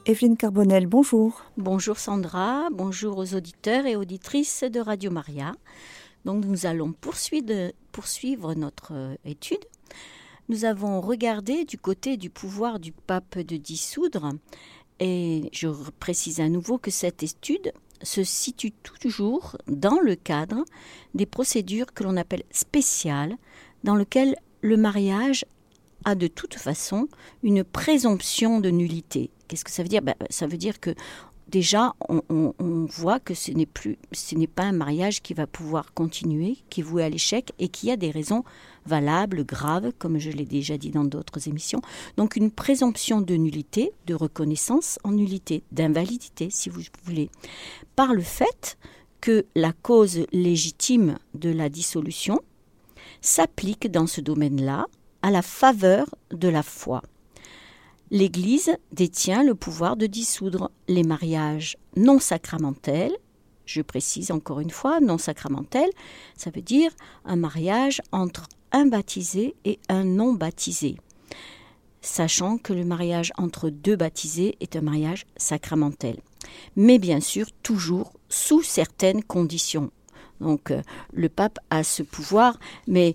Evelyne Carbonel, bonjour. Bonjour Sandra, bonjour aux auditeurs et auditrices de Radio Maria. Donc nous allons poursuivre notre étude. Nous avons regardé du côté du pouvoir du pape de dissoudre et je précise à nouveau que cette étude se situe toujours dans le cadre des procédures que l'on appelle spéciales, dans lesquelles le mariage a de toute façon une présomption de nullité. Qu'est-ce que ça veut dire ? Ça veut dire que déjà, on voit que ce n'est pas un mariage qui va pouvoir continuer, qui est voué à l'échec et qui a des raisons valables, graves, comme je l'ai déjà dit dans d'autres émissions. Donc une présomption de nullité, de reconnaissance en nullité, d'invalidité, si vous voulez, par le fait que la cause légitime de la dissolution s'applique dans ce domaine-là à la faveur de la foi. L'Église détient le pouvoir de dissoudre les mariages non sacramentels. Je précise encore une fois, non sacramentel, ça veut dire un mariage entre un baptisé et un non baptisé, sachant que le mariage entre deux baptisés est un mariage sacramentel. Mais bien sûr, toujours sous certaines conditions. Donc le pape a ce pouvoir, mais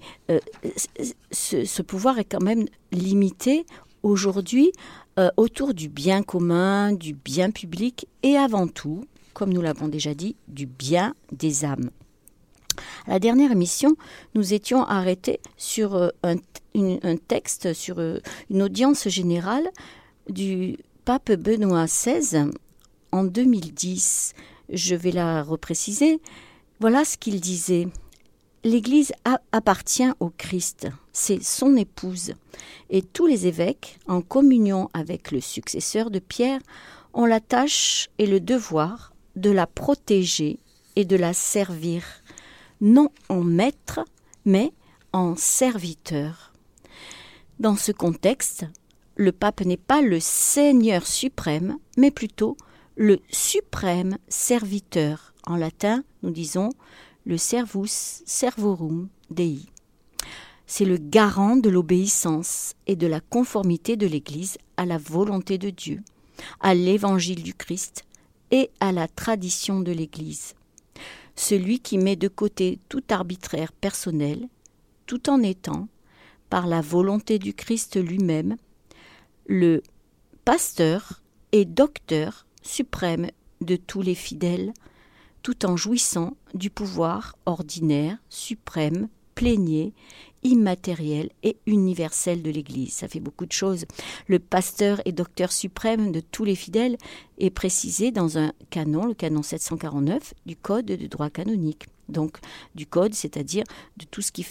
ce pouvoir est quand même limité aujourd'hui autour du bien commun, du bien public et avant tout, comme nous l'avons déjà dit, du bien des âmes. À la dernière émission, nous étions arrêtés sur un texte, sur une audience générale du pape Benoît XVI en 2010. Je vais la repréciser. Voilà ce qu'il disait. L'Église appartient au Christ, c'est son épouse, et tous les évêques, en communion avec le successeur de Pierre, ont la tâche et le devoir de la protéger et de la servir, non en maître, mais en serviteur. Dans ce contexte, le pape n'est pas le Seigneur suprême, mais plutôt le suprême serviteur. En latin, nous disons le servus servorum Dei. C'est le garant de l'obéissance et de la conformité de l'Église à la volonté de Dieu, à l'évangile du Christ et à la tradition de l'Église. Celui qui met de côté tout arbitraire personnel, tout en étant, par la volonté du Christ lui-même, le pasteur et docteur suprême de tous les fidèles, tout en jouissant du pouvoir ordinaire, suprême, plénier, immatériel et universel de l'Église. Ça fait beaucoup de choses. Le pasteur et docteur suprême de tous les fidèles est précisé dans un canon, le canon 749 du Code de droit canonique. Donc du Code, c'est-à-dire de tout ce qui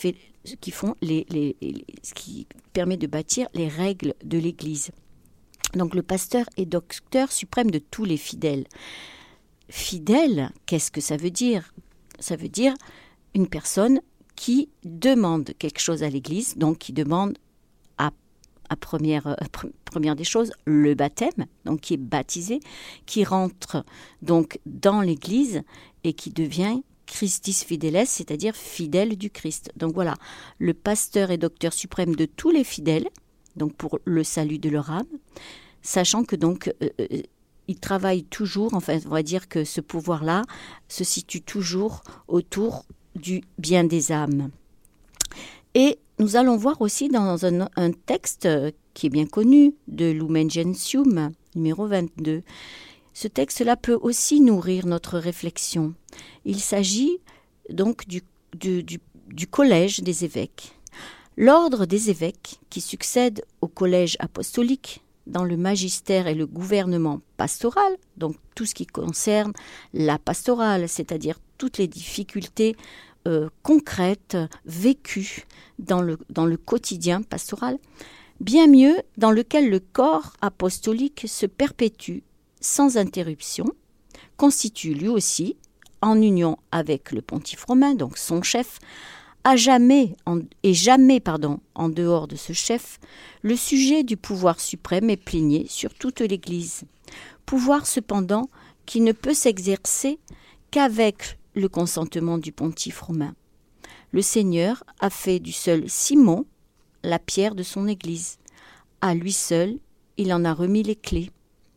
permet de bâtir les règles de l'Église. Donc le pasteur et docteur suprême de tous les fidèles. Fidèle, qu'est-ce que ça veut dire ? Ça veut dire une personne qui demande quelque chose à l'Église, donc qui demande à première des choses le baptême, donc qui est baptisé, qui rentre donc dans l'Église et qui devient Christis Fideles, c'est-à-dire fidèle du Christ. Donc voilà, le pasteur et docteur suprême de tous les fidèles, donc pour le salut de leur âme, sachant que donc il travaille toujours, enfin on va dire que ce pouvoir-là se situe toujours autour du bien des âmes. Et nous allons voir aussi dans un texte qui est bien connu de Lumen Gentium, numéro 22. Ce texte-là peut aussi nourrir notre réflexion. Il s'agit donc du collège des évêques. L'ordre des évêques, qui succède au collège apostolique, dans le magistère et le gouvernement pastoral, donc tout ce qui concerne la pastorale, c'est-à-dire toutes les difficultés concrètes, vécues dans le quotidien pastoral, bien mieux dans lequel le corps apostolique se perpétue sans interruption, constitue lui aussi, en union avec le pontife romain, donc son chef, jamais en dehors de ce chef, le sujet du pouvoir suprême est plénier sur toute l'Église. Pouvoir cependant qui ne peut s'exercer qu'avec le consentement du pontife romain. Le Seigneur a fait du seul Simon la pierre de son Église. À lui seul, il en a remis les clés.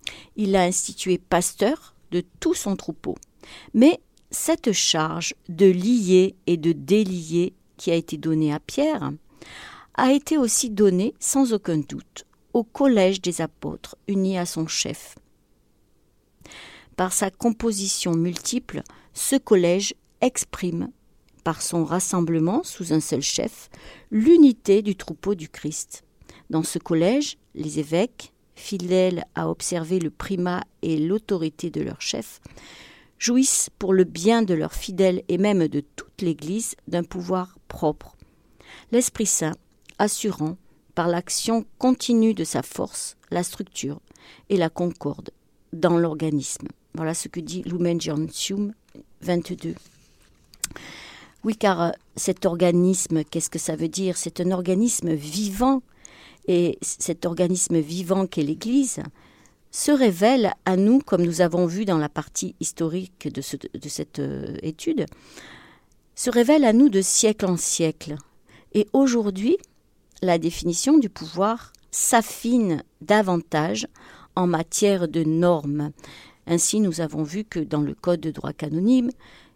Il l'a institué pasteur de tout son troupeau. Mais cette charge de lier et de délier qui a été donnée à Pierre a été aussi donnée, sans aucun doute, au collège des apôtres, uni à son chef. Par sa composition multiple, ce collège exprime, par son rassemblement sous un seul chef, l'unité du troupeau du Christ. Dans ce collège, les évêques, fidèles à observer le primat et l'autorité de leur chef, jouissent pour le bien de leurs fidèles et même de toute l'Église d'un pouvoir propre. L'Esprit Saint assurant, par l'action continue de sa force, la structure et la concorde dans l'organisme. Voilà ce que dit Lumen Gentium 22. Oui, car cet organisme, qu'est-ce que ça veut dire ? C'est un organisme vivant, et cet organisme vivant qu'est l'Église se révèle à nous, comme nous avons vu dans la partie historique de cette étude, se révèle à nous de siècle en siècle. Et aujourd'hui, la définition du pouvoir s'affine davantage en matière de normes. Ainsi, nous avons vu que dans le Code de droit canonique,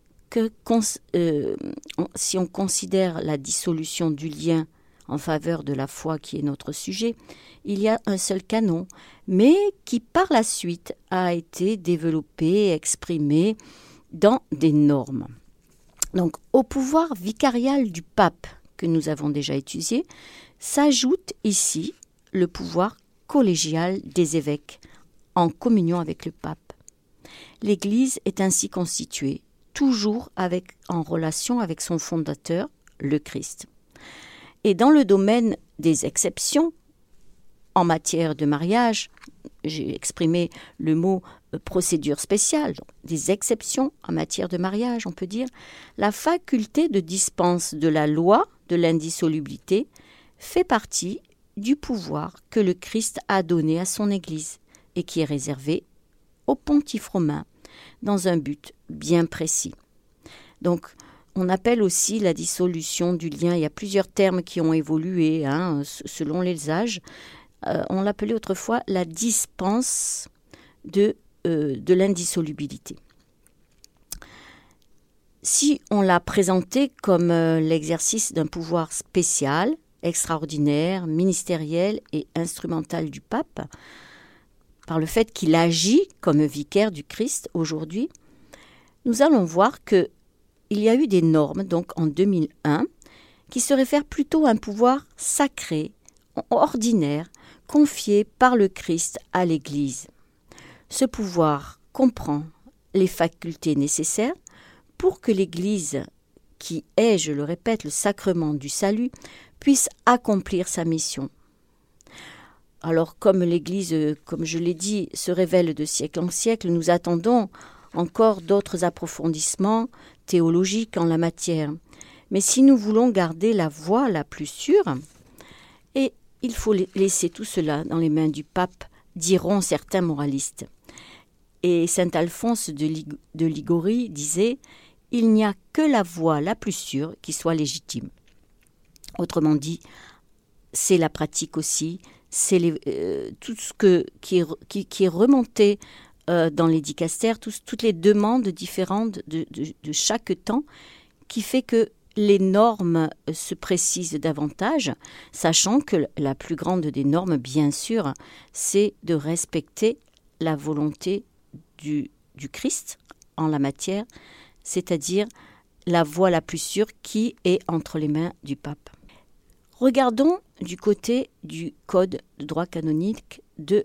si on considère la dissolution du lien en faveur de la foi qui est notre sujet, il y a un seul canon, mais qui par la suite a été développé, exprimé dans des normes. Donc, au pouvoir vicarial du pape que nous avons déjà étudié, s'ajoute ici le pouvoir collégial des évêques, en communion avec le pape. L'Église est ainsi constituée, toujours en relation avec son fondateur, le Christ. Et dans le domaine des exceptions, en matière de mariage, j'ai exprimé le mot procédure spéciale, donc des exceptions en matière de mariage, on peut dire, la faculté de dispense de la loi de l'indissolubilité fait partie du pouvoir que le Christ a donné à son Église et qui est réservé au pontife romain dans un but bien précis. Donc, on appelle aussi la dissolution du lien. Il y a plusieurs termes qui ont évolué selon les âges. On l'appelait autrefois la dispense de l'indissolubilité. Si on l'a présenté comme l'exercice d'un pouvoir spécial, extraordinaire, ministériel et instrumental du pape, par le fait qu'il agit comme vicaire du Christ aujourd'hui, nous allons voir qu'il y a eu des normes, donc en 2001, qui se réfèrent plutôt à un pouvoir sacré, ordinaire, confié par le Christ à l'Église. Ce pouvoir comprend les facultés nécessaires pour que l'Église, qui est, je le répète, le sacrement du salut, puisse accomplir sa mission. Alors, comme l'Église, comme je l'ai dit, se révèle de siècle en siècle, nous attendons encore d'autres approfondissements théologiques en la matière. Mais si nous voulons garder la voie la plus sûre, et il faut laisser tout cela dans les mains du pape, diront certains moralistes. Et saint Alphonse de Ligorie disait « Il n'y a que la voie la plus sûre qui soit légitime ». Autrement dit, c'est la pratique aussi, c'est tout ce qui est remonté dans les dicastères, toutes les demandes différentes de chaque temps, qui fait que les normes se précisent davantage, sachant que la plus grande des normes, bien sûr, c'est de respecter la volonté du Christ en la matière, c'est-à-dire la voie la plus sûre qui est entre les mains du pape. Regardons du côté du Code de droit canonique de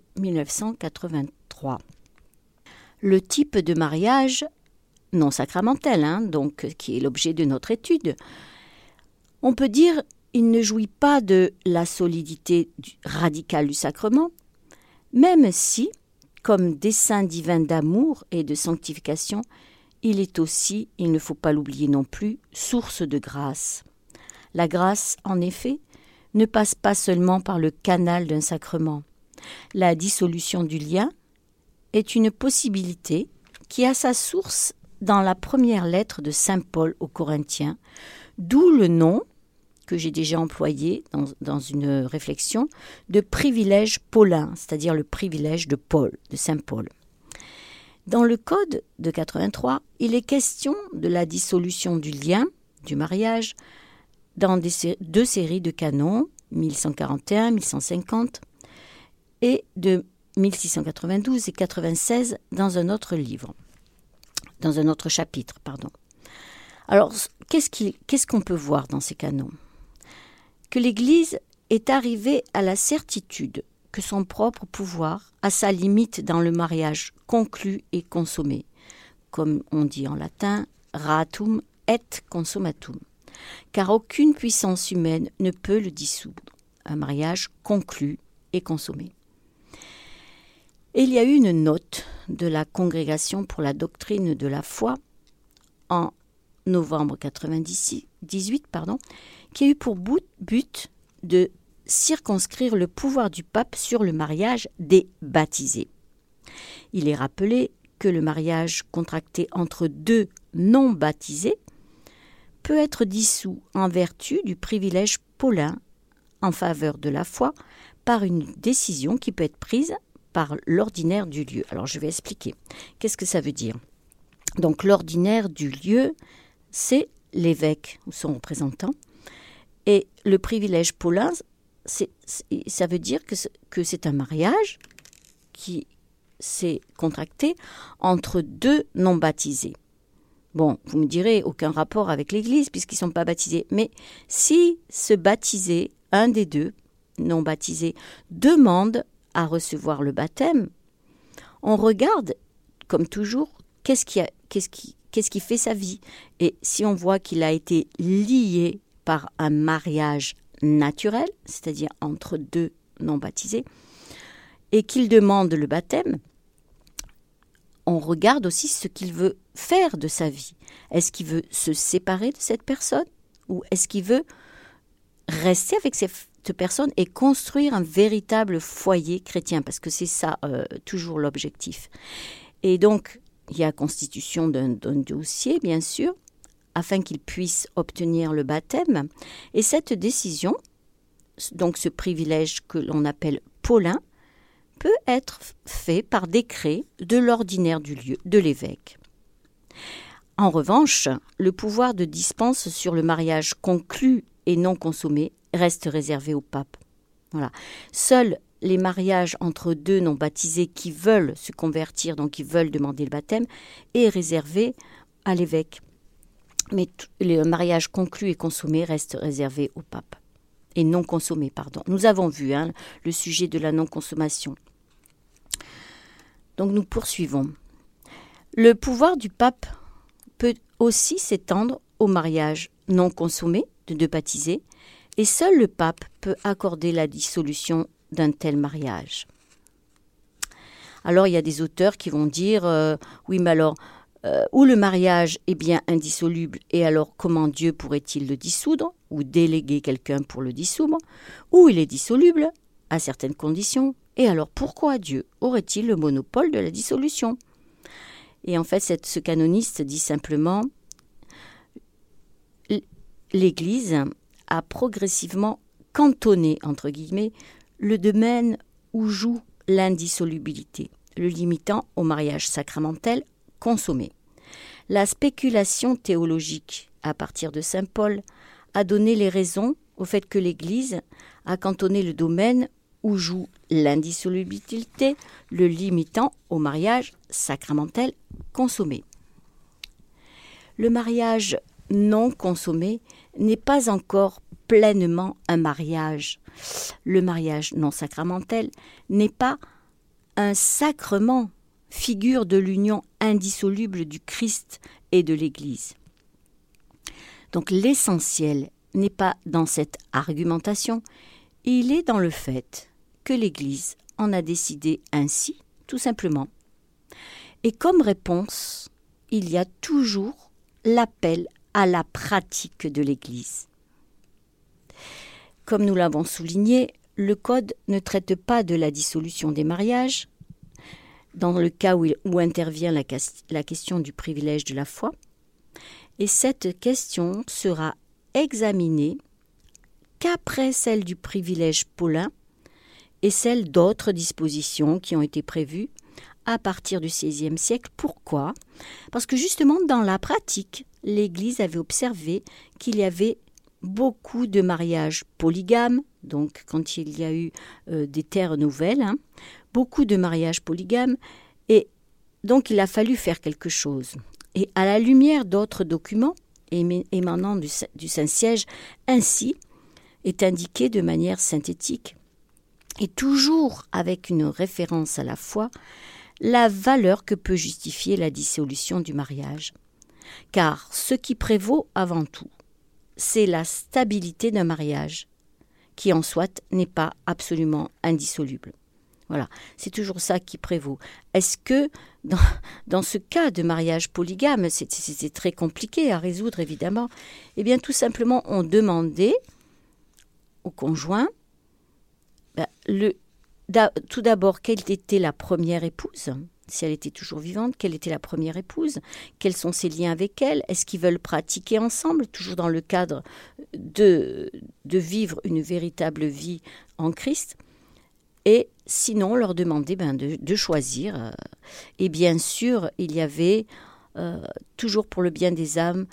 1983. Le type de mariage non sacramentel, donc qui est l'objet de notre étude, on peut dire il ne jouit pas de la solidité radicale du sacrement, même si, comme dessein divin d'amour et de sanctification, il est aussi, il ne faut pas l'oublier non plus, source de grâce. La grâce, en effet, ne passe pas seulement par le canal d'un sacrement. La dissolution du lien est une possibilité qui a sa source dans la première lettre de saint Paul aux Corinthiens, d'où le nom que j'ai déjà employé dans une réflexion, de privilège paulin, c'est-à-dire le privilège de Paul, de Saint Paul. Dans le Code de 83, il est question de la dissolution du lien, du mariage, dans deux séries de canons, 1141, 1150, et de 1692 et 96 dans un autre livre, dans un autre chapitre, pardon. Alors, qu'est-ce qu'on peut voir dans ces canons ? Que l'Église est arrivée à la certitude que son propre pouvoir a sa limite dans le mariage conclu et consommé, comme on dit en latin « ratum et consummatum », car aucune puissance humaine ne peut le dissoudre, un mariage conclu et consommé. Et il y a eu une note de la Congrégation pour la doctrine de la foi en novembre 1998, qui a eu pour but de circonscrire le pouvoir du pape sur le mariage des baptisés. Il est rappelé que le mariage contracté entre deux non-baptisés peut être dissous en vertu du privilège paulin en faveur de la foi par une décision qui peut être prise par l'ordinaire du lieu. Alors je vais expliquer. Qu'est-ce que ça veut dire ? Donc l'ordinaire du lieu, c'est l'évêque ou son représentant. Et le privilège paulin, ça veut dire que c'est un mariage qui s'est contracté entre deux non-baptisés. Bon, vous me direz, aucun rapport avec l'Église puisqu'ils ne sont pas baptisés. Mais si ce baptisé, un des deux non-baptisés, demande à recevoir le baptême, on regarde, comme toujours, qu'est-ce qui fait sa vie. Et si on voit qu'il a été lié par un mariage naturel, c'est-à-dire entre deux non-baptisés, et qu'il demande le baptême, on regarde aussi ce qu'il veut faire de sa vie. Est-ce qu'il veut se séparer de cette personne ou est-ce qu'il veut rester avec cette personne et construire un véritable foyer chrétien, parce que c'est ça toujours l'objectif. Et donc, il y a constitution d'un dossier, bien sûr, afin qu'il puisse obtenir le baptême. Et cette décision, donc ce privilège que l'on appelle paulin, peut être fait par décret de l'ordinaire du lieu, de l'évêque. En revanche, le pouvoir de dispense sur le mariage conclu et non consommé reste réservé au pape. Voilà. Seuls les mariages entre deux non baptisés qui veulent se convertir, donc qui veulent demander le baptême, est réservé à l'évêque. Mais le mariage conclu et consommé reste réservé au pape. Et non consommé, pardon. Nous avons vu le sujet de la non-consommation. Donc nous poursuivons. Le pouvoir du pape peut aussi s'étendre au mariage non consommé de deux baptisés, et seul le pape peut accorder la dissolution d'un tel mariage. Alors il y a des auteurs qui vont dire oui, mais alors ou le mariage est bien indissoluble, et alors comment Dieu pourrait-il le dissoudre ou déléguer quelqu'un pour le dissoudre, ou il est dissoluble à certaines conditions, et alors pourquoi Dieu aurait-il le monopole de la dissolution ? Et en fait, ce canoniste dit simplement l'Église a progressivement cantonné, entre guillemets, le domaine où joue l'indissolubilité, le limitant au mariage sacramentel consommé. La spéculation théologique, à partir de saint Paul, a donné les raisons au fait que l'Église a cantonné le domaine où joue l'indissolubilité, le limitant au mariage sacramentel consommé. Le mariage non consommé n'est pas encore pleinement un mariage. Le mariage non sacramentel n'est pas un sacrement, figure de l'union indissoluble du Christ et de l'Église. Donc l'essentiel n'est pas dans cette argumentation, il est dans le fait que l'Église en a décidé ainsi, tout simplement. Et comme réponse, il y a toujours l'appel à la pratique de l'Église. Comme nous l'avons souligné, le Code ne traite pas de la dissolution des mariages, dans le cas où intervient la question du privilège de la foi, et cette question sera examinée qu'après celle du privilège paulin et celle d'autres dispositions qui ont été prévues à partir du XVIe siècle. Pourquoi ? Parce que justement, dans la pratique, l'Église avait observé qu'il y avait beaucoup de mariages polygames, donc quand il y a eu des terres nouvelles, beaucoup de mariages polygames, et donc il a fallu faire quelque chose. Et à la lumière d'autres documents émanant du Saint-Siège, ainsi est indiqué de manière synthétique, et toujours avec une référence à la foi, la valeur que peut justifier la dissolution du mariage. Car ce qui prévaut avant tout, c'est la stabilité d'un mariage, qui en soit n'est pas absolument indissoluble. Voilà, c'est toujours ça qui prévaut. Est-ce que dans ce cas de mariage polygame, c'était très compliqué à résoudre évidemment, eh bien tout simplement on demandait au conjoint tout d'abord quelle était la première épouse, si elle était toujours vivante, quelle était la première épouse, quels sont ses liens avec elle, est-ce qu'ils veulent pratiquer ensemble, toujours dans le cadre de vivre une véritable vie en Christ, et sinon leur demander de choisir. Et bien sûr, il y avait, toujours pour le bien des âmes,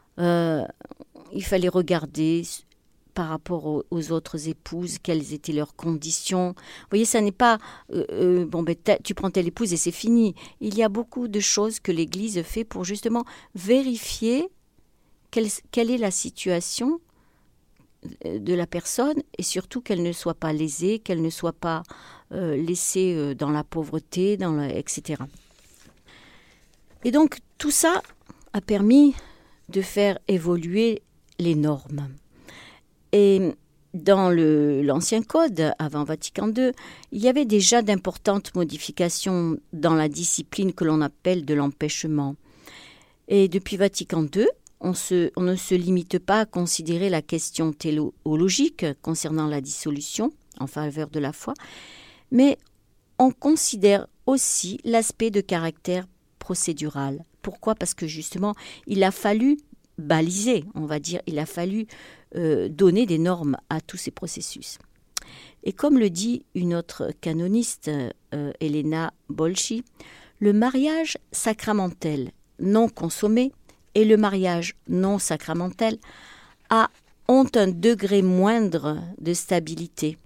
il fallait regarder par rapport aux autres épouses, quelles étaient leurs conditions. Vous voyez, ça n'est pas tu prends telle épouse et c'est fini. Il y a beaucoup de choses que l'Église fait pour justement vérifier quelle est la situation de la personne et surtout qu'elle ne soit pas lésée, qu'elle ne soit pas laissée dans la pauvreté, etc. Et donc tout ça a permis de faire évoluer les normes. Et dans l'Ancien Code, avant Vatican II, il y avait déjà d'importantes modifications dans la discipline que l'on appelle de l'empêchement. Et depuis Vatican II, on ne se limite pas à considérer la question théologique concernant la dissolution en faveur de la foi, mais on considère aussi l'aspect de caractère procédural. Pourquoi ? Parce que justement, il a fallu baliser, on va dire, il a fallu donner des normes à tous ces processus. Et comme le dit une autre canoniste, Elena Bolchi, le mariage sacramentel non consommé et le mariage non sacramentel ont un degré moindre de stabilité.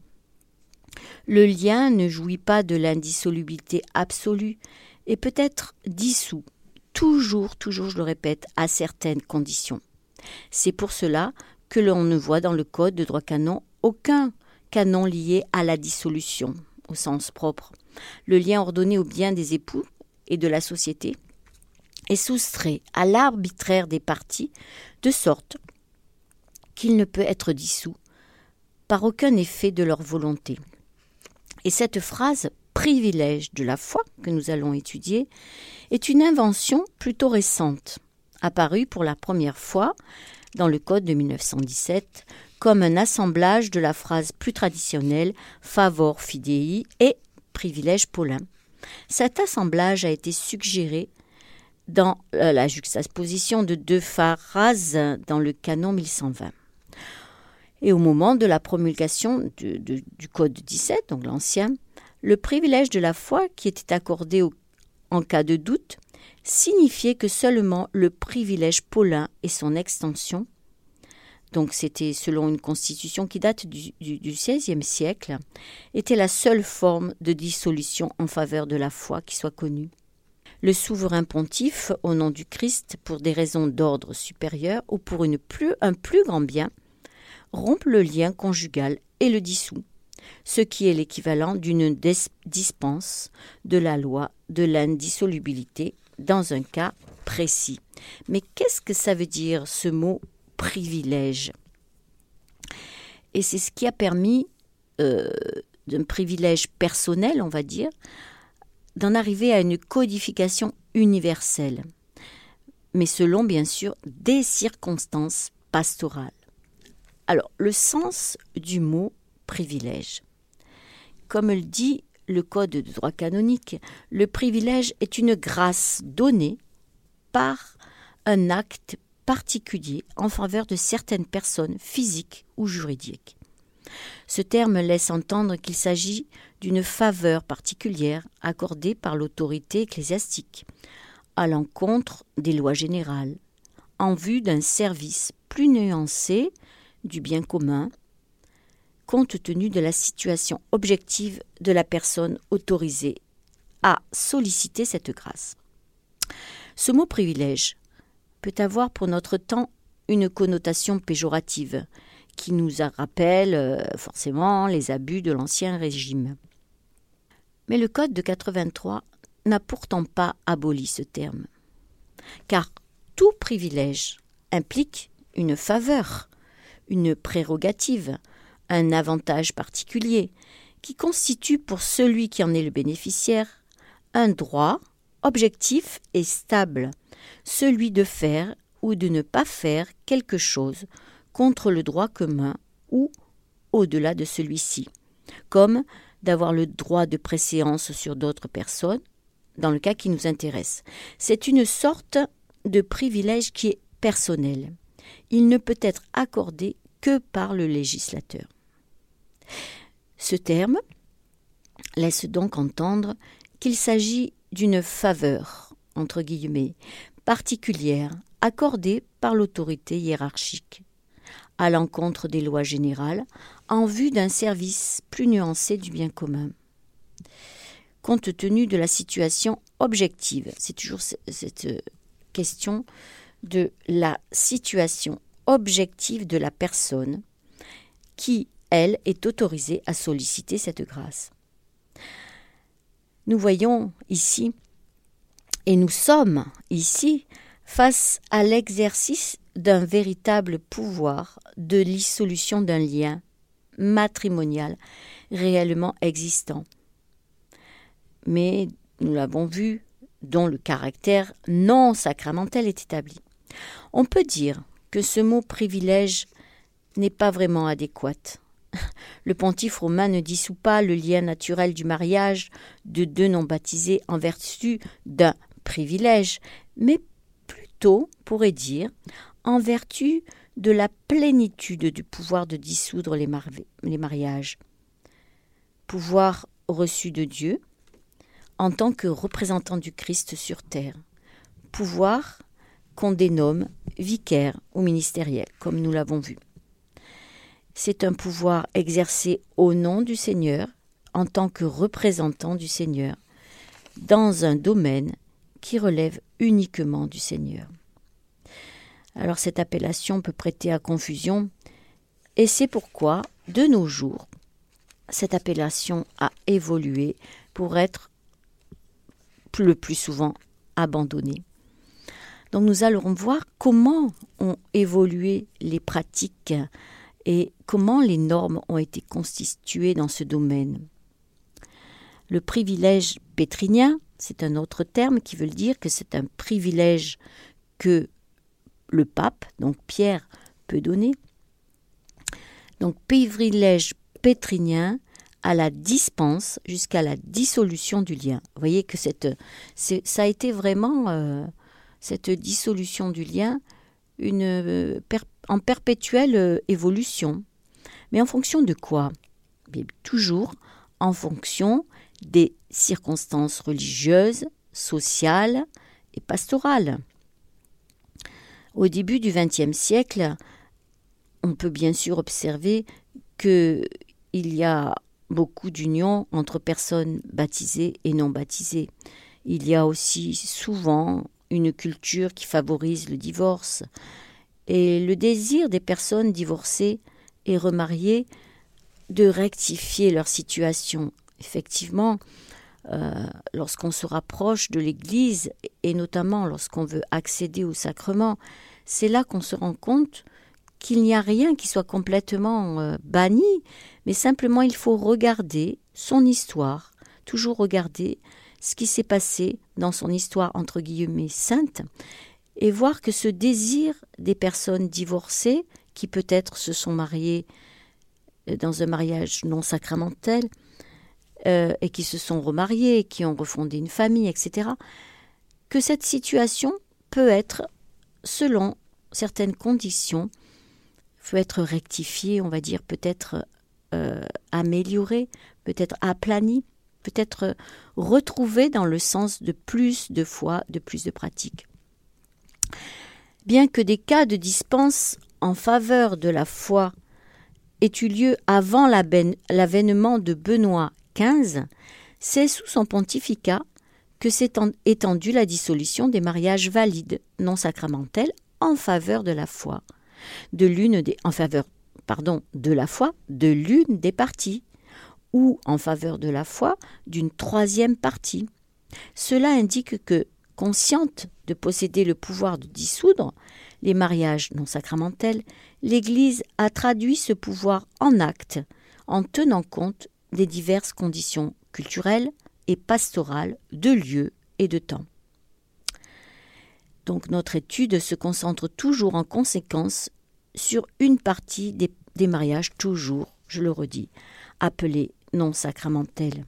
Le lien ne jouit pas de l'indissolubilité absolue et peut être dissous, toujours, je le répète, à certaines conditions. C'est pour cela que l'on ne voit dans le Code de droit canon aucun canon lié à la dissolution, au sens propre. Le lien ordonné au bien des époux et de la société est soustrait à l'arbitraire des parties, de sorte qu'il ne peut être dissous par aucun effet de leur volonté. Et cette phrase « privilège de la foi » que nous allons étudier est une invention plutôt récente, apparue pour la première fois dans le Code de 1917 comme un assemblage de la phrase plus traditionnelle « favor fidei » et « privilège paulin ». Cet assemblage a été suggéré dans la juxtaposition de deux phrases dans le canon 1120. Et au moment de la promulgation du Code 17, donc l'ancien, le privilège de la foi qui était accordé en cas de doute signifiait que seulement le privilège paulin et son extension, donc c'était selon une constitution qui date du XVIe siècle, était la seule forme de dissolution en faveur de la foi qui soit connue. Le souverain pontife, au nom du Christ, pour des raisons d'ordre supérieur ou pour un plus grand bien, rompt le lien conjugal et le dissout, ce qui est l'équivalent d'une dispense de la loi de l'indissolubilité dans un cas précis. Mais qu'est-ce que ça veut dire ce mot privilège ? Et c'est ce qui a permis d'un privilège personnel, on va dire, d'en arriver à une codification universelle, mais selon, bien sûr, des circonstances pastorales. Alors, le sens du mot privilège. Comme le dit le Code de droit canonique, le privilège est une grâce donnée par un acte particulier en faveur de certaines personnes physiques ou juridiques. Ce terme laisse entendre qu'il s'agit d'une faveur particulière accordée par l'autorité ecclésiastique à l'encontre des lois générales, en vue d'un service plus nuancé du bien commun, compte tenu de la situation objective de la personne autorisée à solliciter cette grâce. Ce mot privilège peut avoir pour notre temps une connotation péjorative qui nous rappelle forcément les abus de l'Ancien Régime. Mais le Code de 83 n'a pourtant pas aboli ce terme, car tout privilège implique une faveur, une prérogative, un avantage particulier qui constitue pour celui qui en est le bénéficiaire un droit objectif et stable, celui de faire ou de ne pas faire quelque chose contre le droit commun ou au-delà de celui-ci, comme d'avoir le droit de préséance sur d'autres personnes, dans le cas qui nous intéresse. C'est une sorte de privilège qui est personnel. Il ne peut être accordé que par le législateur. Ce terme laisse donc entendre qu'il s'agit d'une faveur, entre guillemets, particulière, accordée par l'autorité hiérarchique, à l'encontre des lois générales, en vue d'un service plus nuancé du bien commun. Compte tenu de la situation objective, c'est toujours cette question de la situation objective de la personne qui, elle, est autorisée à solliciter cette grâce. Nous voyons ici, et nous sommes ici, face à l'exercice d'un véritable pouvoir de dissolution d'un lien matrimonial réellement existant, mais nous l'avons vu, dont le caractère non sacramentel est établi. On peut dire que ce mot privilège n'est pas vraiment adéquat. Le pontife romain ne dissout pas le lien naturel du mariage de deux non-baptisés en vertu d'un privilège, mais plutôt, pourrait dire, en vertu de la plénitude du pouvoir de dissoudre les mariages. Pouvoir reçu de Dieu en tant que représentant du Christ sur terre. Pouvoir qu'on dénomme vicaire ou ministériel, comme nous l'avons vu. C'est un pouvoir exercé au nom du Seigneur, en tant que représentant du Seigneur, dans un domaine qui relève uniquement du Seigneur. Alors cette appellation peut prêter à confusion, et c'est pourquoi, de nos jours, cette appellation a évolué pour être le plus souvent abandonnée. Donc nous allons voir comment ont évolué les pratiques et comment les normes ont été constituées dans ce domaine. Le privilège pétrinien, c'est un autre terme qui veut dire que c'est un privilège que le pape, donc Pierre, peut donner. Donc privilège pétrinien à la dispense jusqu'à la dissolution du lien. Vous voyez que ça a été vraiment cette dissolution du lien en perpétuelle évolution. Mais en fonction de quoi ? Bien, toujours en fonction des circonstances religieuses, sociales et pastorales. Au début du XXe siècle, on peut bien sûr observer qu'il y a beaucoup d'unions entre personnes baptisées et non baptisées. Il y a aussi souvent une culture qui favorise le divorce. Et le désir des personnes divorcées et remariées de rectifier leur situation. Effectivement, lorsqu'on se rapproche de l'Église, et notamment lorsqu'on veut accéder au sacrement, c'est là qu'on se rend compte qu'il n'y a rien qui soit complètement banni, mais simplement il faut regarder son histoire, toujours regarder ce qui s'est passé dans son histoire entre guillemets sainte, et voir que ce désir des personnes divorcées, qui peut-être se sont mariées dans un mariage non sacramentel, et qui se sont remariées, qui ont refondé une famille, etc., que cette situation peut être, selon certaines conditions, peut être rectifiée, on va dire peut-être amélioré, peut-être aplani, peut-être retrouvé dans le sens de plus de foi, de plus de pratique. Bien que des cas de dispense en faveur de la foi aient eu lieu avant l'avènement de Benoît XV, c'est sous son pontificat que s'est étendue la dissolution des mariages valides non sacramentels en faveur de la foi, de l'une des parties, ou en faveur de la foi d'une troisième partie. Cela indique que, consciente de posséder le pouvoir de dissoudre les mariages non sacramentels, l'Église a traduit ce pouvoir en actes en tenant compte des diverses conditions culturelles et pastorales de lieu et de temps. Donc notre étude se concentre toujours en conséquence sur une partie des mariages, toujours, je le redis, appelés non sacramentels.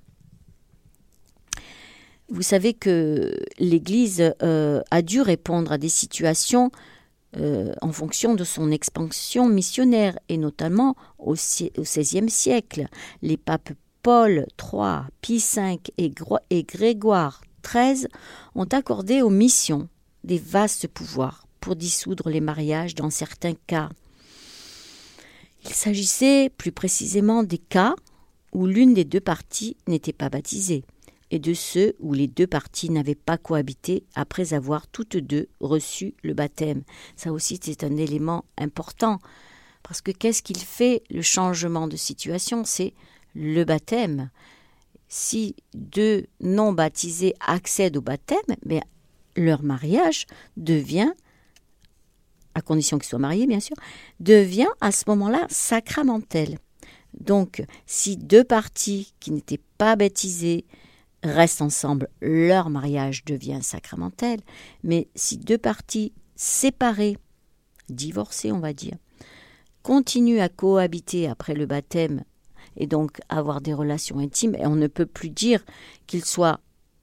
Vous savez que l'Église a dû répondre à des situations en fonction de son expansion missionnaire, et notamment au XVIe siècle. Les papes Paul III, Pie V et Grégoire XIII ont accordé aux missions des vastes pouvoirs pour dissoudre les mariages dans certains cas. Il s'agissait plus précisément des cas où l'une des deux parties n'était pas baptisée, et de ceux où les deux parties n'avaient pas cohabité après avoir toutes deux reçu le baptême. Ça aussi, c'est un élément important, parce que qu'est-ce qu'il fait, le changement de situation? C'est le baptême. Si deux non-baptisés accèdent au baptême, mais leur mariage devient, à condition qu'ils soient mariés bien sûr, devient à ce moment-là sacramentel. Donc, si deux parties qui n'étaient pas baptisées restent ensemble, leur mariage devient sacramentel. Mais si deux parties séparées, divorcées on va dire, continuent à cohabiter après le baptême et donc avoir des relations intimes, et on ne peut plus dire qu'ils soient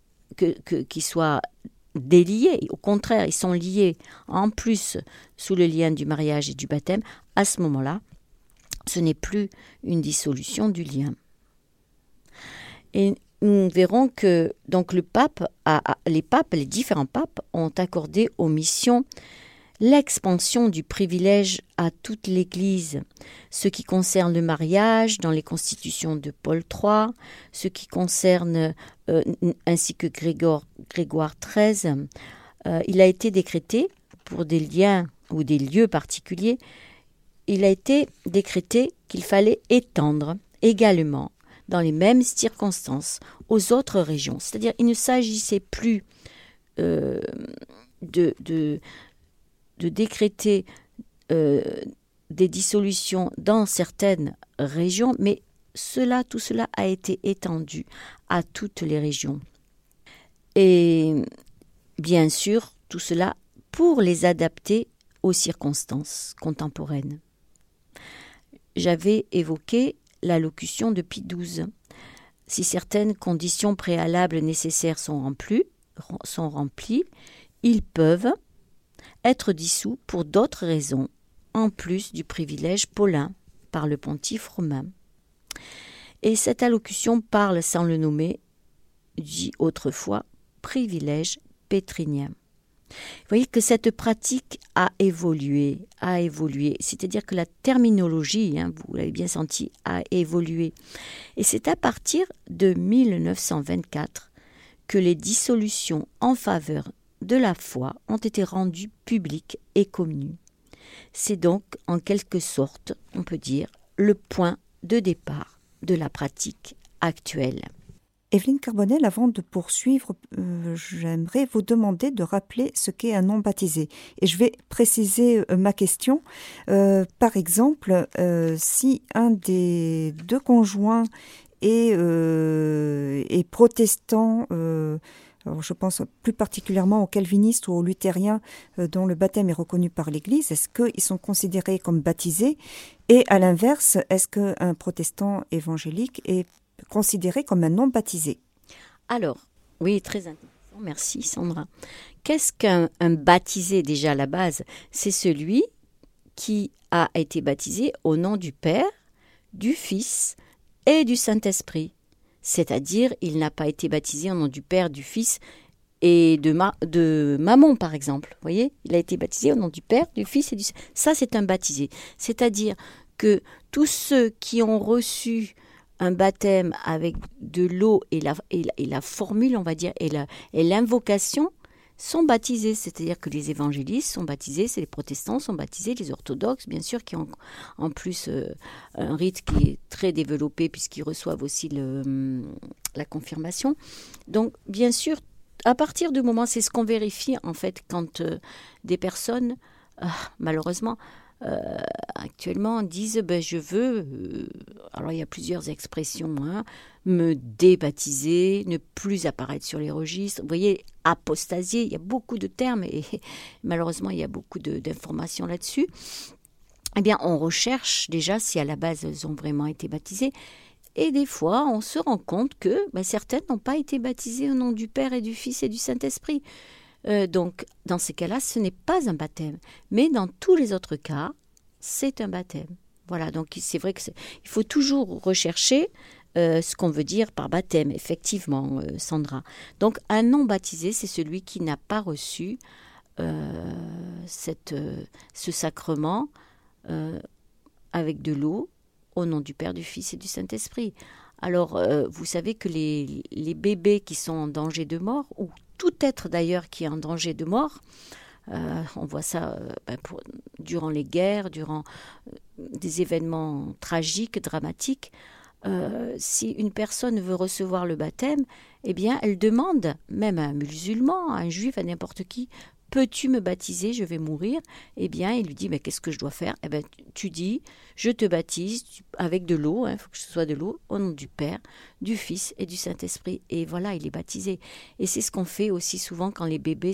déliés. Au contraire, ils sont liés en plus sous le lien du mariage et du baptême. À ce moment-là, ce n'est plus une dissolution du lien. Et nous verrons que donc les différents papes ont accordé aux missions l'expansion du privilège à toute l'Église, ce qui concerne le mariage dans les constitutions de Paul III, ce qui concerne ainsi que Grégoire XIII, il a été décrété pour des liens ou des lieux particuliers, il a été décrété qu'il fallait étendre également dans les mêmes circonstances aux autres régions. C'est-à-dire il ne s'agissait plus de décréter des dissolutions dans certaines régions, mais tout cela a été étendu à toutes les régions. Et bien sûr, tout cela pour les adapter aux circonstances contemporaines. J'avais évoqué l'allocution de Pie XII. Si certaines conditions préalables nécessaires sont remplies, ils peuvent être dissous pour d'autres raisons, en plus du privilège paulin par le pontife romain. Et cette allocution parle, sans le nommer, dit autrefois, privilège pétrinien. Vous voyez que cette pratique a évolué, c'est-à-dire que la terminologie, vous l'avez bien senti, a évolué. Et c'est à partir de 1924 que les dissolutions en faveur de la foi ont été rendues publiques et connues. C'est donc, en quelque sorte, on peut dire, le point de départ de la pratique actuelle. Evelyne Carbonel, avant de poursuivre, j'aimerais vous demander de rappeler ce qu'est un non-baptisé. Et je vais préciser ma question. Par exemple, si un des deux conjoints est protestant, alors je pense plus particulièrement aux calvinistes ou aux luthériens dont le baptême est reconnu par l'Église, est-ce qu'ils sont considérés comme baptisés? Et à l'inverse, est-ce qu'un protestant évangélique est considéré comme un non-baptisé? Alors, oui, très intéressant, merci Sandra. Qu'est-ce qu'un baptisé déjà à la base? C'est celui qui a été baptisé au nom du Père, du Fils et du Saint-Esprit. C'est-à-dire, il n'a pas été baptisé au nom du Père, du Fils et de Mammon, par exemple. Vous voyez, il a été baptisé au nom du Père, du Fils et du Saint-Esprit. Ça, c'est un baptisé. C'est-à-dire que tous ceux qui ont reçu un baptême avec de l'eau et la formule, on va dire, et l'invocation, sont baptisés. C'est-à-dire que les évangélistes sont baptisés, c'est les protestants sont baptisés, les orthodoxes, bien sûr, qui ont en plus un rite qui est très développé puisqu'ils reçoivent aussi la confirmation. Donc, bien sûr, à partir du moment, c'est ce qu'on vérifie en fait quand des personnes, malheureusement, actuellement disent je veux, alors il y a plusieurs expressions, me débaptiser, ne plus apparaître sur les registres, vous voyez, apostasier, il y a beaucoup de termes et malheureusement il y a beaucoup d'informations là-dessus. Eh bien on recherche déjà si à la base elles ont vraiment été baptisées. Et des fois, on se rend compte que certaines n'ont pas été baptisées au nom du Père et du Fils et du Saint-Esprit. Donc, dans ces cas-là, ce n'est pas un baptême. Mais dans tous les autres cas, c'est un baptême. Voilà, donc c'est vrai qu'il faut toujours rechercher ce qu'on veut dire par baptême, effectivement, Sandra. Donc, un non baptisé, c'est celui qui n'a pas reçu ce sacrement avec de l'eau, au nom du Père, du Fils et du Saint-Esprit. Alors, vous savez que les bébés qui sont en danger de mort, ou tout être d'ailleurs qui est en danger de mort, on voit ça durant les guerres, durant des événements tragiques, dramatiques. Si une personne veut recevoir le baptême, eh bien, elle demande, même à un musulman, à un juif, à n'importe qui, peux-tu me baptiser, je vais mourir? Eh bien, il lui dit, mais qu'est-ce que je dois faire? Eh bien, tu dis, je te baptise avec de l'eau, il faut que ce soit de l'eau, au nom du Père, du Fils et du Saint-Esprit. Et voilà, il est baptisé. Et c'est ce qu'on fait aussi souvent quand les bébés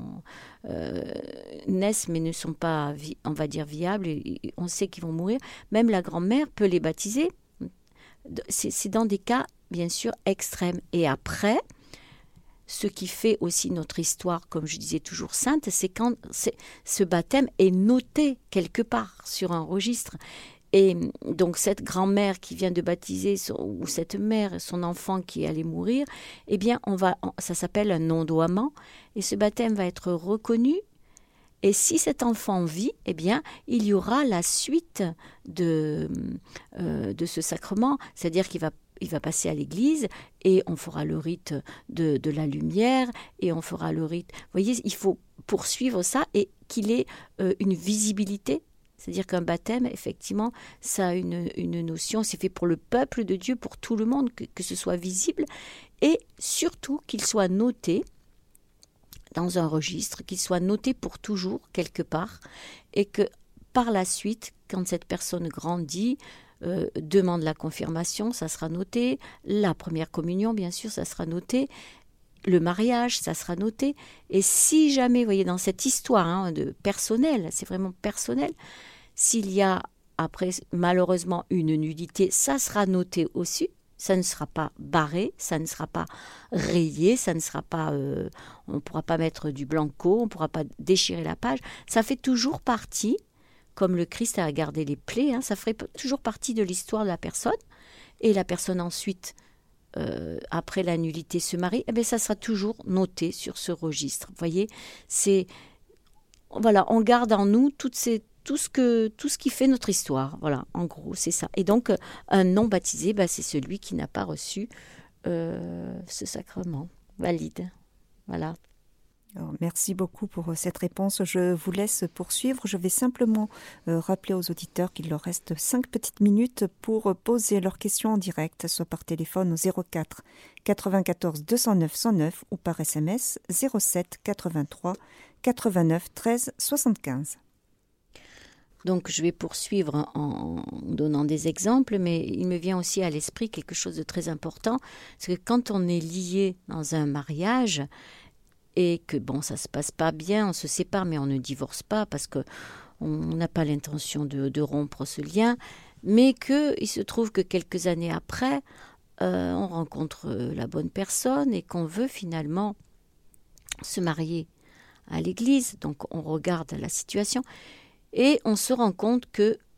naissent, mais ne sont pas, on va dire, viables, et on sait qu'ils vont mourir. Même la grand-mère peut les baptiser. C'est dans des cas, bien sûr, extrêmes. Et après, ce qui fait aussi notre histoire, comme je disais, toujours sainte, c'est quand ce baptême est noté quelque part sur un registre. Et donc cette grand-mère qui vient de baptiser, ou cette mère, son enfant qui allait mourir, eh bien ça s'appelle un non-doiement, et ce baptême va être reconnu. Et si cet enfant vit, eh bien, il y aura la suite de ce sacrement, c'est-à-dire qu'il va passer à l'église et on fera le rite de la lumière et on fera le rite. Vous voyez, il faut poursuivre ça et qu'il ait une visibilité. C'est-à-dire qu'un baptême, effectivement, ça a une notion, c'est fait pour le peuple de Dieu, pour tout le monde, que ce soit visible et surtout qu'il soit noté dans un registre, qu'il soit noté pour toujours quelque part et que par la suite, quand cette personne grandit, demande la confirmation, ça sera noté, la première communion, bien sûr, ça sera noté, le mariage, ça sera noté. Et si jamais, vous voyez, dans cette histoire de personnel, c'est vraiment personnel, s'il y a après, malheureusement, une nudité, ça sera noté aussi. Ça ne sera pas barré, ça ne sera pas rayé, ça ne sera pas, on ne pourra pas mettre du blanco, on ne pourra pas déchirer la page. Ça fait toujours partie, comme le Christ a gardé les plaies, ça ferait toujours partie de l'histoire de la personne. Et la personne ensuite, après la nullité, se marie, eh bien, ça sera toujours noté sur ce registre. Vous voyez, voilà, on garde en nous tout ce qui fait notre histoire. Voilà, en gros, c'est ça. Et donc, un non baptisé, c'est celui qui n'a pas reçu ce sacrement valide. Voilà. Alors, merci beaucoup pour cette réponse. Je vous laisse poursuivre. Je vais simplement rappeler aux auditeurs qu'il leur reste 5 petites minutes pour poser leurs questions en direct, soit par téléphone au 04 94 209 109 ou par SMS 07 83 89 13 75. Donc je vais poursuivre en donnant des exemples, mais il me vient aussi à l'esprit quelque chose de très important, c'est que quand on est lié dans un mariage et que ça se passe pas bien, on se sépare, mais on ne divorce pas parce que on n'a pas l'intention de rompre ce lien, mais qu'il se trouve que quelques années après, on rencontre la bonne personne et qu'on veut finalement se marier à l'église, donc on regarde la situation. Et on se rend compte que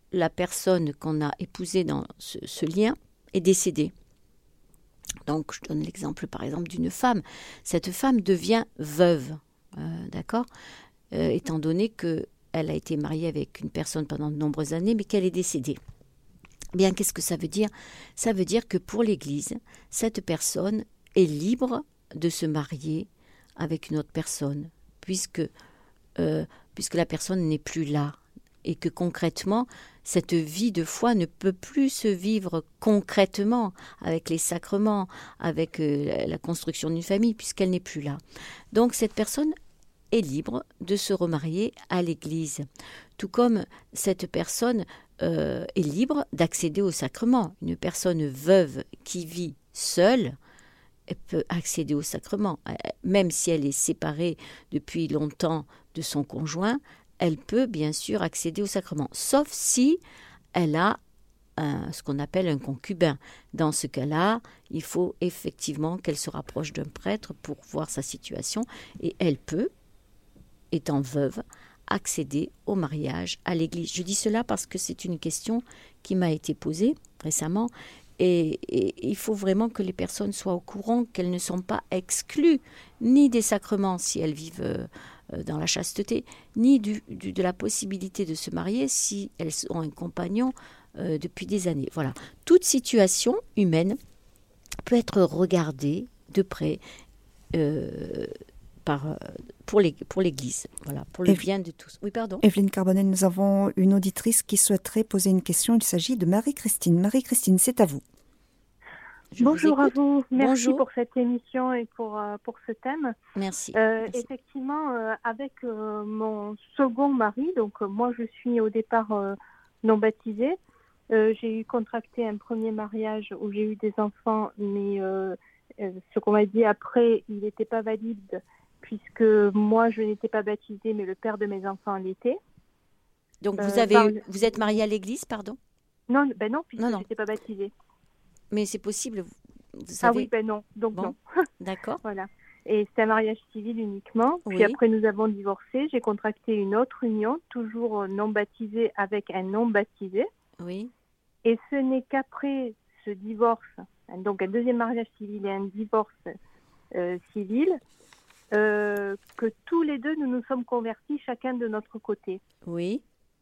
la personne qu'on a épousée dans ce lien est décédée. Donc, je donne l'exemple, par exemple, d'une femme. Cette femme devient veuve, d'accord, étant donné qu'elle a été mariée avec une personne pendant de nombreuses années, mais qu'elle est décédée. Bien, qu'est-ce que ça veut dire? Ça veut dire que pour l'Église, cette personne est libre de se marier avec une autre personne, puisque la personne n'est plus là, et que concrètement, cette vie de foi ne peut plus se vivre concrètement avec les sacrements, avec la construction d'une famille, puisqu'elle n'est plus là. Donc cette personne est libre de se remarier à l'Église, tout comme cette personne est libre d'accéder au sacrement. Une personne veuve qui vit seule, elle peut accéder au sacrement, même si elle est séparée depuis longtemps de son conjoint. Elle peut bien sûr accéder au sacrement, sauf si elle a ce qu'on appelle un concubin. Dans ce cas-là, il faut effectivement qu'elle se rapproche d'un prêtre pour voir sa situation, et elle peut, étant veuve, accéder au mariage à l'Église. Je dis cela parce que c'est une question qui m'a été posée récemment, et il faut vraiment que les personnes soient au courant qu'elles ne sont pas exclues ni des sacrements si elles vivent dans la chasteté, ni de la possibilité de se marier si elles ont un compagnon depuis des années. Voilà. Toute situation humaine peut être regardée de près pour l'Église, voilà, pour le bien de tous. Oui, pardon. Evelyne Carbonnet, nous avons une auditrice qui souhaiterait poser une question. Il s'agit de Marie-Christine. Marie-Christine, c'est à vous. Bonjour à vous. Merci Bonjour. pour cette émission et pour ce thème. Merci. Effectivement, avec mon second mari, donc moi je suis au départ non baptisée. J'ai contracté un premier mariage où j'ai eu des enfants, mais ce qu'on m'a dit après, il n'était pas valide puisque moi je n'étais pas baptisée, mais le père de mes enfants l'était. Donc vous êtes mariée à l'Église, pardon? Non, puisque je Non. n'étais pas baptisée. Mais c'est possible, vous savez. Ah oui, non, donc bon. non. D'accord. Voilà. Et c'était un mariage civil uniquement. Oui. Puis après, nous avons divorcé. J'ai contracté une autre union, toujours non baptisée, avec un non baptisé. Oui. Et ce n'est qu'après ce divorce, donc un deuxième mariage civil et un divorce civil, que tous les deux, nous nous sommes convertis chacun de notre côté. Oui.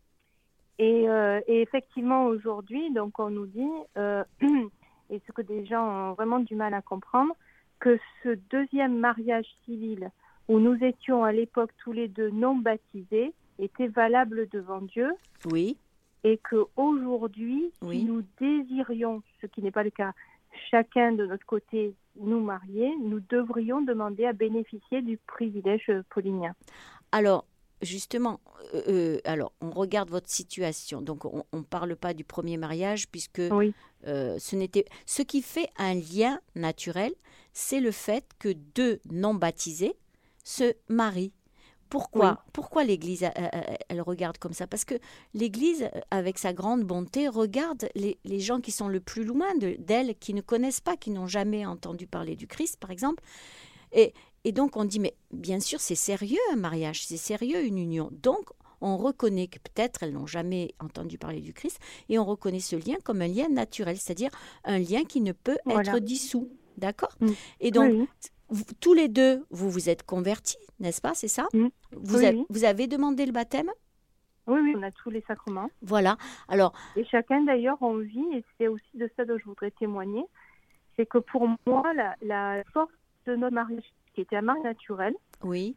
Et effectivement, aujourd'hui, donc on nous dit, et ce que des gens ont vraiment du mal à comprendre, que ce deuxième mariage civil, où nous étions à l'époque tous les deux non baptisés, était valable devant Dieu. Oui. Et qu'aujourd'hui, Oui. si nous désirions, ce qui n'est pas le cas, chacun de notre côté nous marier, nous devrions demander à bénéficier du privilège paulinien. Alors, justement, on regarde votre situation. Donc, on ne parle pas du premier mariage puisque Oui. Ce qui fait un lien naturel, c'est le fait que deux non-baptisés se marient. Pourquoi l'Église, elle regarde comme ça? Parce que l'Église, avec sa grande bonté, regarde les gens qui sont le plus loin d'elle, qui ne connaissent pas, qui n'ont jamais entendu parler du Christ, par exemple. Et donc, on dit, mais bien sûr, c'est sérieux un mariage, c'est sérieux une union. Donc, on reconnaît que peut-être elles n'ont jamais entendu parler du Christ, et on reconnaît ce lien comme un lien naturel, c'est-à-dire un lien qui ne peut être dissous. D'accord? Et donc, tous les deux, vous vous êtes convertis, n'est-ce pas? C'est ça? Vous avez demandé le baptême? Oui, on a tous les sacrements. Voilà. Alors, et chacun d'ailleurs, on vit, et c'est aussi de ça dont je voudrais témoigner, c'est que pour moi, la force de notre mariage, qui était un mariage naturel, oui.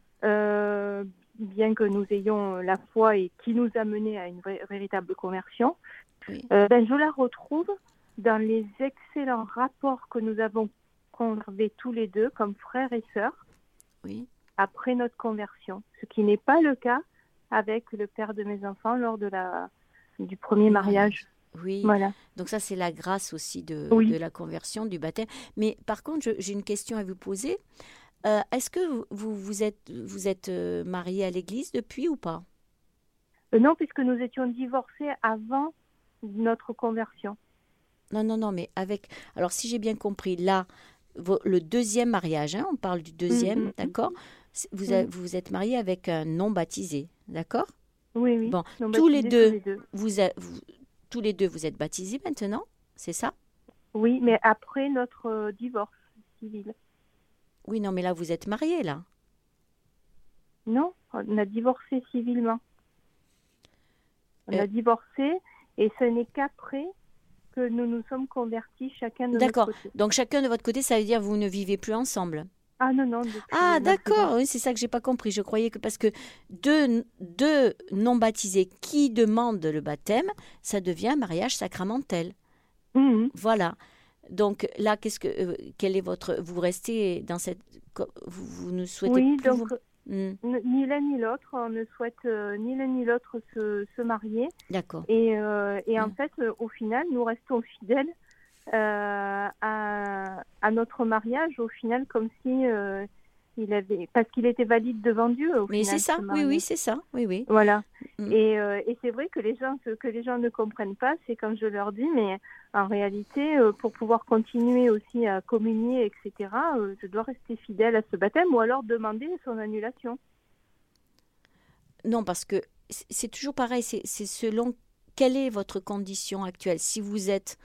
Bien que nous ayons la foi et qui nous a mené à une véritable conversion, oui. Je la retrouve dans les excellents rapports que nous avons conservés tous les deux comme frères et sœurs, oui. après notre conversion, ce qui n'est pas le cas avec le père de mes enfants lors du premier mariage. Oui, voilà. Donc ça c'est la grâce aussi de la conversion, du baptême. Mais par contre, j'ai une question à vous poser. Est-ce que vous êtes marié à l'Église depuis ou pas? Non, puisque nous étions divorcés avant notre conversion. Non, mais avec... Alors si j'ai bien compris, là, le deuxième mariage, on parle du deuxième, d'accord? Vous êtes marié avec un non-baptisé, d'accord? Oui, oui. Bon, Non tous les baptisés, deux, tous les deux, vous êtes baptisés maintenant, c'est ça? Oui, mais après notre divorce civil. Oui, non, mais là, vous êtes mariés, là. Non, on a divorcé civilement. On Euh, a divorcé et ce n'est qu'après que nous nous sommes convertis chacun de notre D'accord. côté. Donc, chacun de votre côté, ça veut dire que vous ne vivez plus ensemble. Ah non, non, depuis Ah, notre d'accord. divorce. Oui, c'est ça que j'ai pas compris. Je croyais que parce que deux non-baptisés qui demandent le baptême, ça devient un mariage sacramentel. Mhm. Voilà. Donc là, quel est votre, vous restez dans cette, vous ne souhaitez Oui, plus donc Hmm, ni l'un ni l'autre, on ne souhaite ni l'un ni l'autre se marier. d'accord. Et en Mm. fait, au final, nous restons fidèles à notre mariage, au final, comme si parce qu'il était valide devant Dieu, au Mais c'est final, ça. ce Oui, oui, mariage. c'est ça. Oui, oui. Voilà. Mm. Et c'est vrai que ce que les gens ne comprennent pas, c'est quand je leur dis, mais en réalité, pour pouvoir continuer aussi à communier, etc., je dois rester fidèle à ce baptême ou alors demander son annulation. Non, parce que c'est toujours pareil. C'est selon quelle est votre condition actuelle. Si vous êtes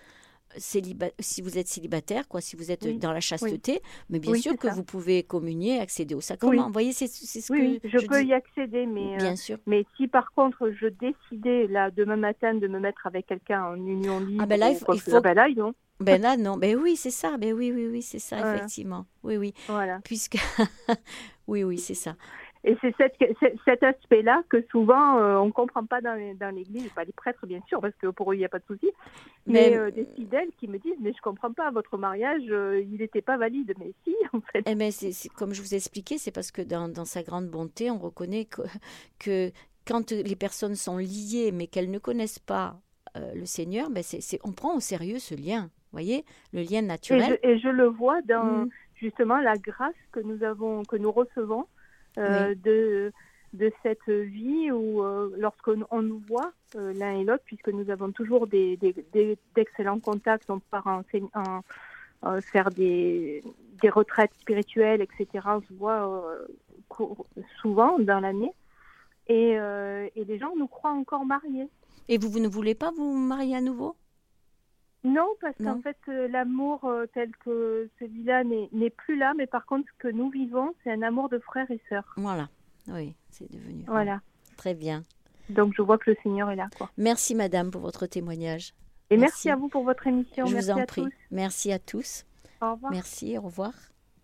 célibataire, quoi, si vous êtes Oui, dans la oui, chasteté, mais bien oui, sûr c'est que ça. vous pouvez communier, accéder au sacrement. Oui, Vous voyez, c'est ce oui, que je peux dis. y accéder, Bien sûr. mais si par contre je décidais là demain matin de me mettre avec quelqu'un en union Ah ben libre là, ou quoi il que ce soit, faut. ben là, non. Ben là, non. Ben oui, c'est ça. Ben oui, oui, oui, c'est ça, Voilà. effectivement. Oui, oui. Voilà. Puisque. Oui, oui, c'est ça. Et c'est cet aspect-là que souvent on ne comprend pas dans l'Église, pas les prêtres bien sûr, parce que pour eux il n'y a pas de souci, mais Mais, des fidèles qui me disent mais je ne comprends pas, votre mariage il n'était pas valide, mais si en fait. eh ben, comme je vous ai expliqué, c'est parce que dans sa grande bonté, on reconnaît que quand les personnes sont liées, mais qu'elles ne connaissent pas le Seigneur, ben on prend au sérieux ce lien. Vous voyez, le lien naturel. Et je le vois dans Mm. justement la grâce que nous recevons Oui, de cette vie où lorsqu'on nous voit l'un et l'autre, puisque nous avons toujours d'excellents contacts, on part faire des retraites spirituelles, etc. On se voit souvent dans l'année et les gens nous croient encore mariés. et vous ne voulez pas vous marier à nouveau? Non, parce qu'en Non? fait, l'amour tel que celui-là n'est plus là, mais par contre, ce que nous vivons, c'est un amour de frères et sœurs. Voilà. Oui, c'est devenu. Voilà. Très bien. Donc, je vois que le Seigneur est là, quoi. Merci, madame, pour votre témoignage. Et merci à vous pour votre émission. Je Merci vous en à prie. tous. Merci à tous. Au revoir. Merci, au revoir.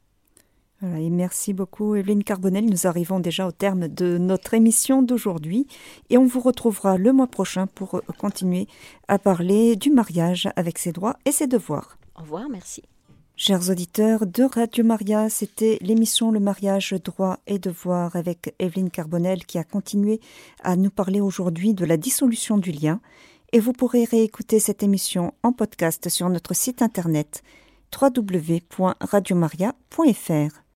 Voilà, et merci beaucoup Evelyne Carbonel. Nous arrivons déjà au terme de notre émission d'aujourd'hui et on vous retrouvera le mois prochain pour continuer à parler du mariage avec ses droits et ses devoirs. Au revoir, merci. Chers auditeurs de Radio Maria, c'était l'émission Le mariage, droits et devoirs avec Evelyne Carbonel qui a continué à nous parler aujourd'hui de la dissolution du lien. Et vous pourrez réécouter cette émission en podcast sur notre site internet www.radiomaria.fr.